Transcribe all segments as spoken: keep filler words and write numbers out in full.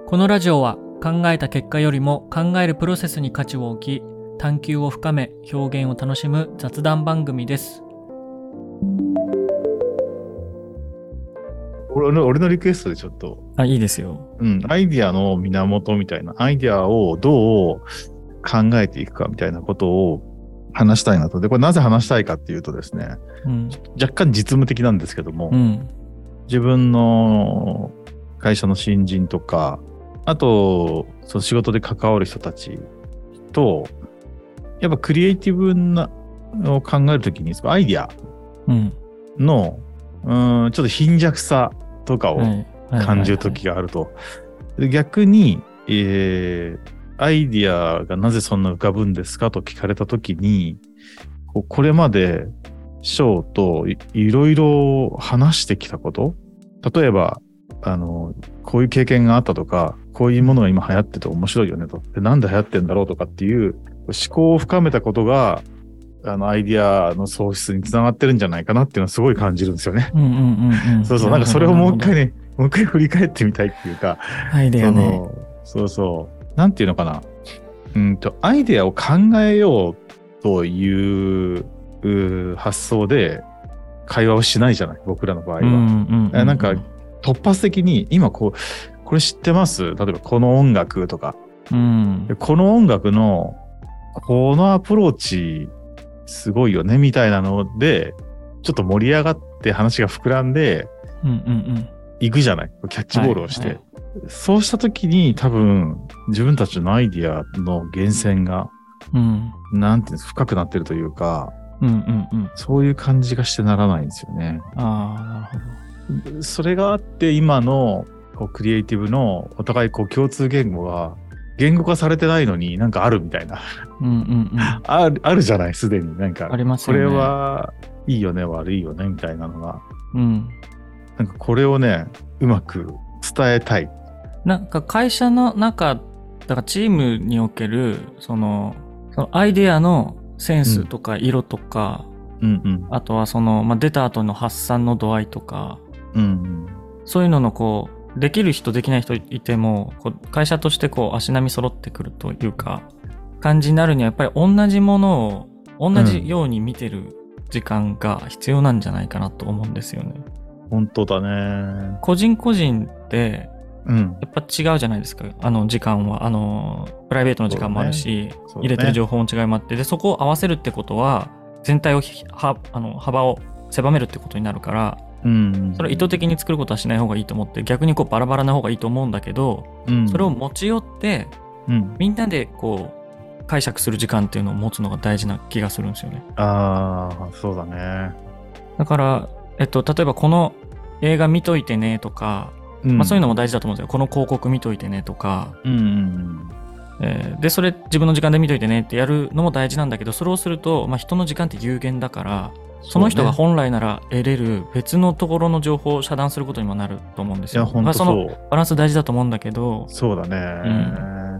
このラジオは考えた結果よりも考えるプロセスに価値を置き、探求を深め表現を楽しむ雑談番組です。 俺の、俺のリクエストでちょっと。 あ、いいですよ。 うん。アイディアの源みたいな、アイディアをどう考えていくかみたいなことを話したいなと。で、これなぜ話したいかっていうとですね、うん、若干実務的なんですけども、うん、自分の会社の新人とか、あと、その仕事で関わる人たちと、やっぱクリエイティブなを考えるときに、アイディアの、うん、うんちょっと貧弱さとかを感じるときがあると。逆に、えー、アイディアがなぜそんな浮かぶんですかと聞かれたときに、これまで翔といろいろ話してきたこと、例えば、あの、こういう経験があったとか、こういうものが今流行ってて面白いよねと。で、なんで流行ってんだろうとかっていう思考を深めたことが、あの、アイディアの創出につながってるんじゃないかなっていうのはすごい感じるんですよね。うんうんうんうん、そうそう、なんかそれをもう一回ね、もう一回振り返ってみたいっていうか、 アイデアね。 そうそう、なんていうのかな。うんと、アイデアを考えようという発想で会話をしないじゃない、僕らの場合は。うんうんうんうん、なんか、突発的に今こうこれ知ってます？例えばこの音楽とか、うん、この音楽のこのアプローチすごいよねみたいなのでちょっと盛り上がって話が膨らんで、うんうんうん、いくじゃない、キャッチボールをして、はいはい、そうした時に多分自分たちのアイディアの源泉が、うん、なんていうんです深くなってるというか、うんうんうん、そういう感じがしてならないんですよね。 ああ、なるほど。 それがあって今のこうクリエイティブのお互いこう共通言語が言語化されてないのになんかあるみたいな、うんうんうん、ある、あるじゃないすでになんかありますよね。 これはいいよね悪いよねみたいなのが、うん、なんかこれをねうまく伝えたい。 なんか会社の中だからチームにおけるその、そのアイデアのセンスとか色とか、うんうんうん、あとはその、まあ、出た後の発散の度合いとか、うんうん、そういうののこうできる人できない人いてもこう会社としてこう足並み揃ってくるというか感じになるにはやっぱり同じものを同じように見てる時間が必要なんじゃないかなと思うんですよね。 本当だね。 個人個人ってやっぱ違うじゃないですか、あの時間はあのプライベートの時間もあるし、ねね、入れてる情報も違いもあってでそこを合わせるってことは全体をはあの幅を狭めるってことになるからうん、それを意図的に作ることはしない方がいいと思って逆にこうバラバラな方がいいと思うんだけど、うん、それを持ち寄って、うん、みんなでこう解釈する時間っていうのを持つのが大事な気がするんですよね。 ああ、そうだね。 だから、えっと、例えばこの映画見といてねとか、うんまあ、そういうのも大事だと思うんですよ。この広告見といてねとか、うんうんうんえー、でそれ自分の時間で見といてねってやるのも大事なんだけどそれをすると、まあ、人の時間って有限だからその人が本来なら得れる別のところの情報を遮断することにもなると思うんですよ。 いや、本当そう。 まあ、そのバランス大事だと思うんだけど。 そうだね。うん、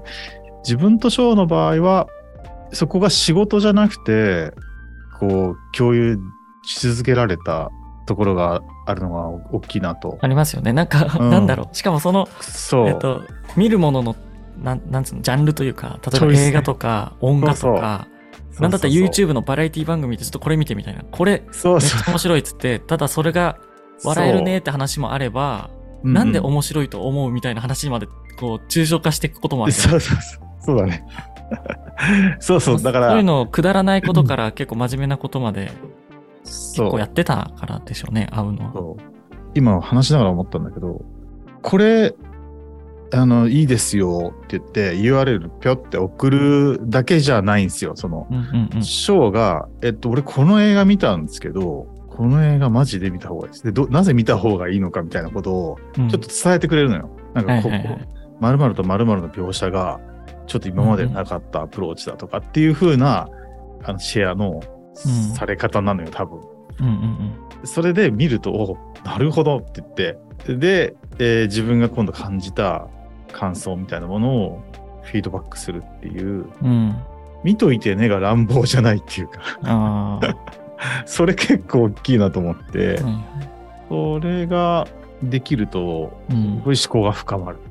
自分と翔の場合は、そこが仕事じゃなくて、こう、共有し続けられたところがあるのが大きいなと。 ありますよね。なんか、うん、なんだろう。しかもその、そうえっと、見るものの、なん、なんつうの、ジャンルというか、例えば映画とか音楽とか、そうそうなんだったら YouTube のバラエティ番組でちょっとこれ見てみたいなこれめっちゃ面白いっつってただそれが笑えるねって話もあればなんで面白いと思うみたいな話までこう抽象化していくこともある。 そうそうそうそうだねそうそうだからそういうのくだらないことから結構真面目なことまで結構やってたからでしょうね会うのは。 そう今話しながら思ったんだけどこれあのいいですよって言って ユーアールエル ぴょって送るだけじゃないんですよ。その、うんうんうん、ショーが、えっと、俺この映画見たんですけど、この映画マジで見た方がいいです。で、ど、なぜ見た方がいいのかみたいなことをちょっと伝えてくれるのよ。うん、なんかここ、はいはいはい、〇〇と〇〇の描写がちょっと今までなかったアプローチだとかっていう風な、うん、あのシェアのされ方なのよ、多分。うんうんうん、それで見ると、お、なるほどって言って、で、えー、自分が今度感じた感想みたいなものをフィードバックするっていう、うん、見といてねが乱暴じゃないっていうかあそれ結構大きいなと思って、うん、それができると、うん、思考が深まる。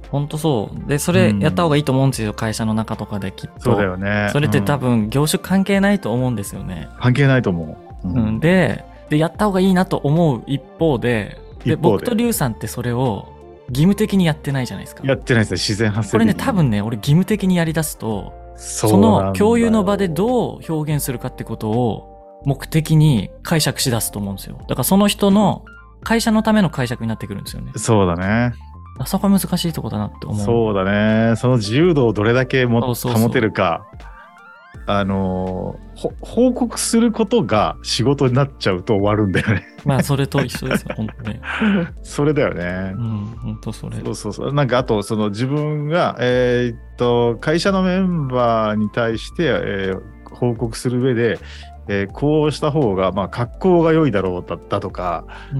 ほんとそう。で、それやった方がいいと思うんですよ、うん、会社の中とかできっと。 そうだよね。 それって多分業種関係ないと思うんですよね。 関係ないと思う。 うん。うん、で、で、やった方がいいなと思う一方で、で、僕とリュウさんってそれを義務的にやってないじゃないですか。 やってないですね、自然発生的に。 これね、多分ね、俺義務的にやり出すと、その共有の場でどう表現するかってことを目的に解釈しだすと思うんですよ。だからその人の会社のための解釈になってくるんですよね。 そうだね。 あそこは難しいとこだなって思う。 そうだね。その自由度をどれだけも保てるか。あの報告することが仕事になっちゃうと終わるんだよね。 まあそれと一緒ですよ本当に。 それだよね。 うん、本当それ。 そうそうそう。なんかあとその自分がえー、っと会社のメンバーに対して、えー、報告する上で、えー、こうした方がまあ格好が良いだろうだったとか、うん、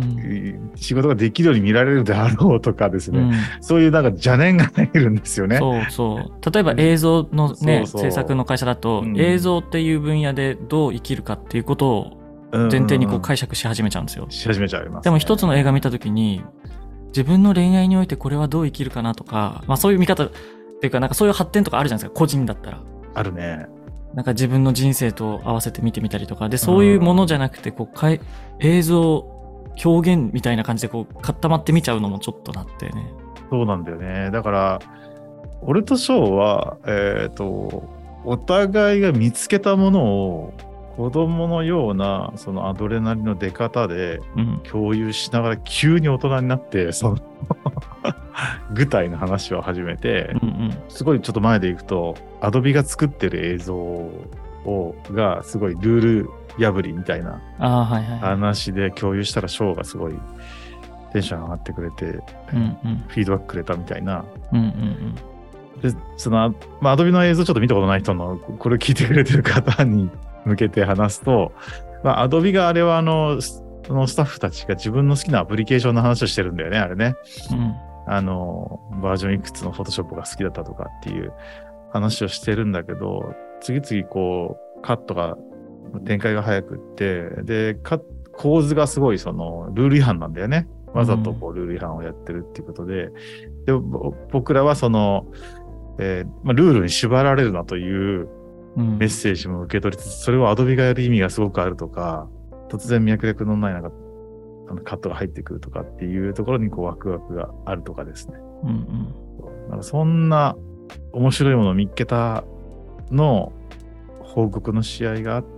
仕事ができるように見られるであろうとかですね、うん、そういうなんか邪念が入るんですよね。 そうそう。例えば映像のね、そうそう制作の会社だと、うん、映像っていう分野でどう生きるかっていうことを前提にこう解釈し始めちゃうんですよ。 し始めちゃいます、ね。 でも一つの映画見たときに自分の恋愛においてこれはどう生きるかなとか、まあそういう見方っていうかなんかそういう発展とかあるじゃないですか、個人だったら。 あるね。 なんか自分の人生と合わせて見てみたりとかで、そういうものじゃなくてこうかい映像表現みたいな感じでこう固まって見ちゃうのもちょっとなってね。 そうなんだよね。だから俺とショーはえっとお互いが見つけたものを子供のようなそのアドレナリンの出方で共有しながら急に大人になって、うん、その具体の話を始めて、うんうん、すごいちょっと前でいくとアドビが作ってる映像をがすごいルール破りみたいな話で共有したらショーがすごいテンション上がってくれて、うんうん、フィードバックくれたみたいな、うんうんうん、でそのまあアドビの映像ちょっと見たことない人のこれ聞いてくれてる方に向けて話すと、まあ、アドビがあれはあのそのスタッフたちが自分の好きなアプリケーションの話をしてるんだよね、あれね。うん、あのバージョンいくつのフォトショップが好きだったとかっていう話をしてるんだけど、次々こうカットが展開が早くって、でカ構図がすごいそのルール違反なんだよね。わざとこうルール違反をやってるっていうことで、うん、で僕らはその、えーまあ、ルールに縛られるなというメッセージも受け取りつつ、それをアドビがやる意味がすごくあるとか、突然脈絡のないなんかあのカットが入ってくるとかっていうところにこうワクワクがあるとかですね。うんうん、なんかそんな面白いものを見っけたの報告の試合があって、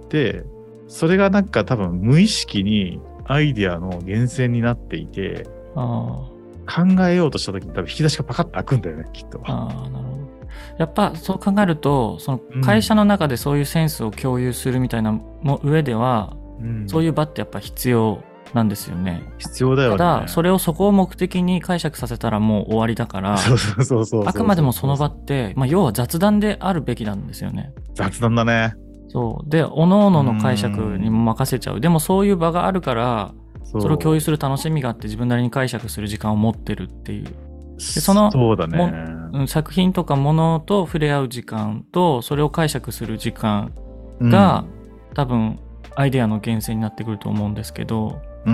それがなんか多分無意識にアイディアの源泉になっていて、あ考えようとした時に多分引き出しがパカッと開くんだよね、きっと。 ああ、なるほど。やっぱそう考えると、その会社の中でそういうセンスを共有するみたいなも上では、うん、そういう場ってやっぱ必要なんですよね。 必要だよね。 ただそれをそこを目的に解釈させたらもう終わりだから、 そうそうそうそう、 あくまでもその場って、まあ、要は雑談であるべきなんですよね。 雑談だね。 そうで、各々の解釈にも任せちゃう。でもそういう場があるから、それを共有する楽しみがあって自分なりに解釈する時間を持ってるっていう。でそのそうだね、 作品とかものと触れ合う時間とそれを解釈する時間が、うん、多分アイデアの源泉になってくると思うんですけど、うん、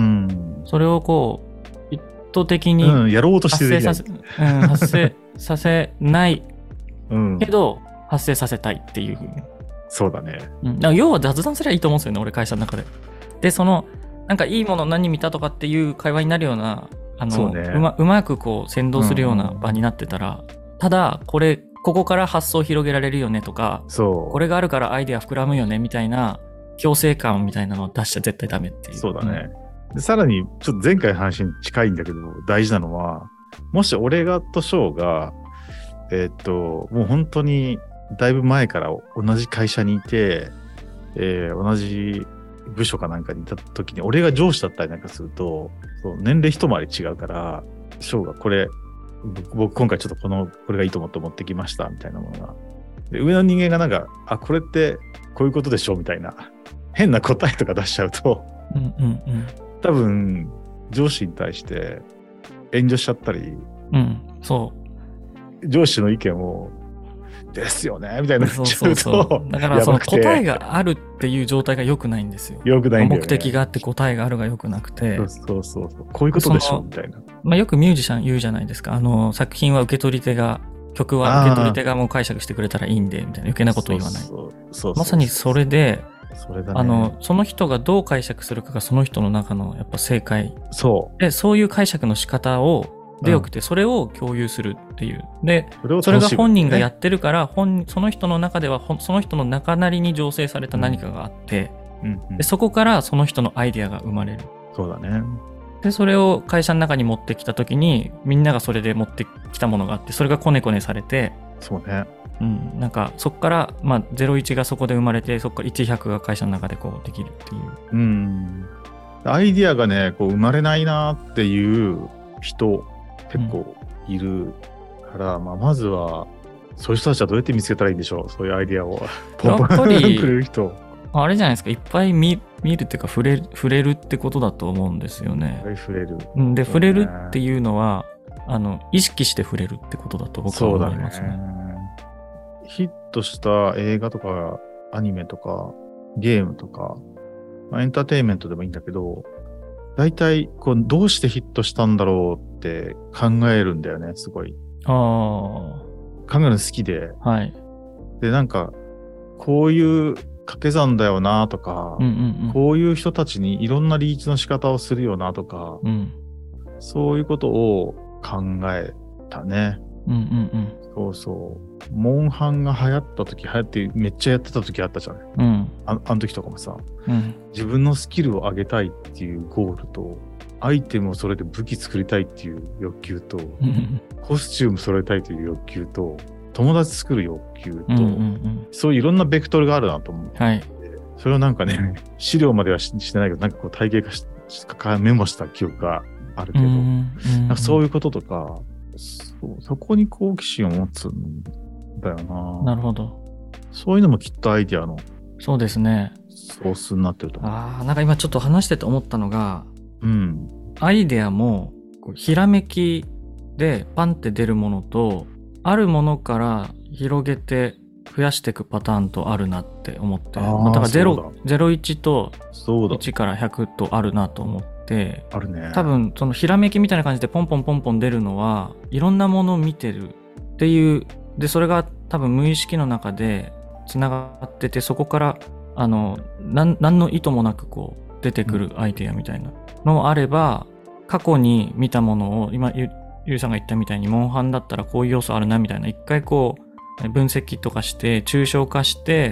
それをこう意図的に発生させ、うん、発生させないけど、うん、発生させたいっていう。 そうだね、 うん、だから要は雑談すればいいと思うんですよね、俺会社の中で。でそのなんかいいもの何見たとかっていう会話になるようなあの う,、ね、う, ま, うまくこう先導するような場になってたら、うん、ただこれここから発想を広げられるよねとか、そうこれがあるからアイデア膨らむよねみたいな強制感みたいなのを出しちゃ絶対ダメっていう。 そうだね、うん、でさらにちょっと前回の話に近いんだけど大事なのは、もし俺がとショーがえー、っともう本当にだいぶ前から同じ会社にいて、えー、同じ部署かなんかにいた時に俺が上司だったりなんかすると、そう年齢一回り違うから、ショーがこれ僕今回ちょっとこのこれがいいと思って持ってきましたみたいなものが、で上の人間がなんかあこれってこういうことでしょみたいな変な答えとか出しちゃうと、うんうんうん、多分上司に対して炎上しちゃったり、うん、そう上司の意見をですよねみたいな。 そうそうそう。だからその答えがあるっていう状態が良くないんですよ。 良くないんだよね。 目的があって答えがあるが良くなくて。 そうそうそう。こういうことでしょみたいな。 まあよくミュージシャン言うじゃないですか。あの作品は受け取り手が、曲は受け取り手がもう解釈してくれたらいいんでみたいな余計なこと言わない。そうそうそうそう。まさにそれで。それだね、あのその人がどう解釈するかがその人の中のやっぱ正解。 そうでそういう解釈の仕方をでよくて、それを共有するっていう。で、それが本人がやってるから、本その人の中ではその人の中なりに醸成された何かがあって、うんうん、でそこからその人のアイデアが生まれる。 そうだね。 で、それを会社の中に持ってきたときに、みんながそれで持ってきたものがあって、それがコネコネされて、 そうね。 うん、なんかそこから、まあ、ゼロイチがそこで生まれて、そこからいち、ひゃくが会社の中でこうできるっていう。 うん。アイディアがね、こう生まれないなっていう人、結構いるから、うん、まあ、まずはそういう人たちはどうやって見つけたらいいんでしょう、そういうアイディアをポンポンくれる人。 あれじゃないですか、いっぱい 見, 見るっていうか触れ触れるってことだと思うんですよね。 触れる。 で、触れるっていうのはあの意識して触れるってことだと僕は思いますね。 そうだね。ヒットした映画とかアニメとかゲームとか、まあ、エンターテインメントでもいいんだけど、大体こうどうしてヒットしたんだろうって考えるんだよね、すごい。 ああ。考えるの好きで。 はい。 で、なんか、こういう掛け算だよなとか、 うんうんうん、 こういう人たちにいろんなリーチの仕方をするよなとか、 うん、 そういうことを考えたね。 うんうんうん。 そうそう。モンハンが流行った時、流行ってめっちゃやってた時あったじゃない。 うん、 あ, あの時とかもさ、 うん、 自分のスキルを上げたいっていうゴールと、アイテムをそれで武器作りたいっていう欲求と、 うん、 コスチューム揃えたいという欲求と、友達作る欲求と、 うんうんうん、 そういういろんなベクトルがあるなと思って、 はい、 それをなんかね、資料までは し, してないけど、なんかこう体系化しメモした記憶があるけど、うんうんうん、なんかそういうこととか、そうそこに好奇心を持つんだよな。 なるほど。 そういうのもきっとアイディアのそうですね。 ソースになってると思う。 ああ、なんか今ちょっと話してて思ったのが、 うん、 アイデアもこうひらめきでパンって出るものと、あるものから広げて増やしていくパターンとあるなって思って、あ、まあ、だからゼロ、ゼロいちといちからひゃくとあるなと思って、 あるね。 多分そのひらめきみたいな感じでポンポンポンポン出るのはいろんなものを見てるっていう、でそれが多分無意識の中でつながってて、そこからあの何の意図もなくこう出てくるアイデアみたいなのもあれば、過去に見たものを今ゆうさんが言ったみたいにモンハンだったらこういう要素あるなみたいな、一回こう分析とかして抽象化して、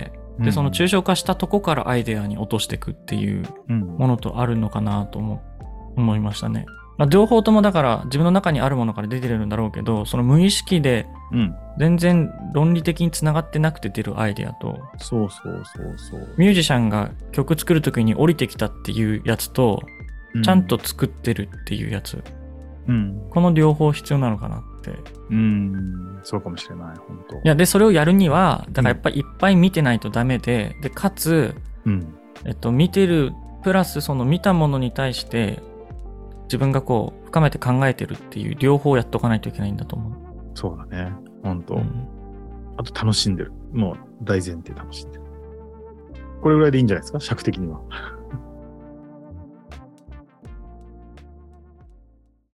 でその抽象化したとこからアイデアに落としていくっていうものとあるのかなと思思いましたね。まあ、両方ともだから自分の中にあるものから出てるんだろうけど、その無意識で全然論理的につながってなくて出るアイデアと、 そうそうそうそう、 ミュージシャンが曲作るときに降りてきたっていうやつと、ちゃんと作ってるっていうやつ、うん、この両方必要なのかなって。 うん、そうかもしれない、本当。いや、でそれをやるにはだからやっぱりいっぱい見てないとダメで、でかつ、うんえっと、見てるプラスその見たものに対して自分がこう深めて考えてるっていう両方やっとかないといけないんだと思う。 そうだね、本当、うん、あと楽しんでる、もう大前提楽しんでる。これぐらいでいいんじゃないですか、尺的には。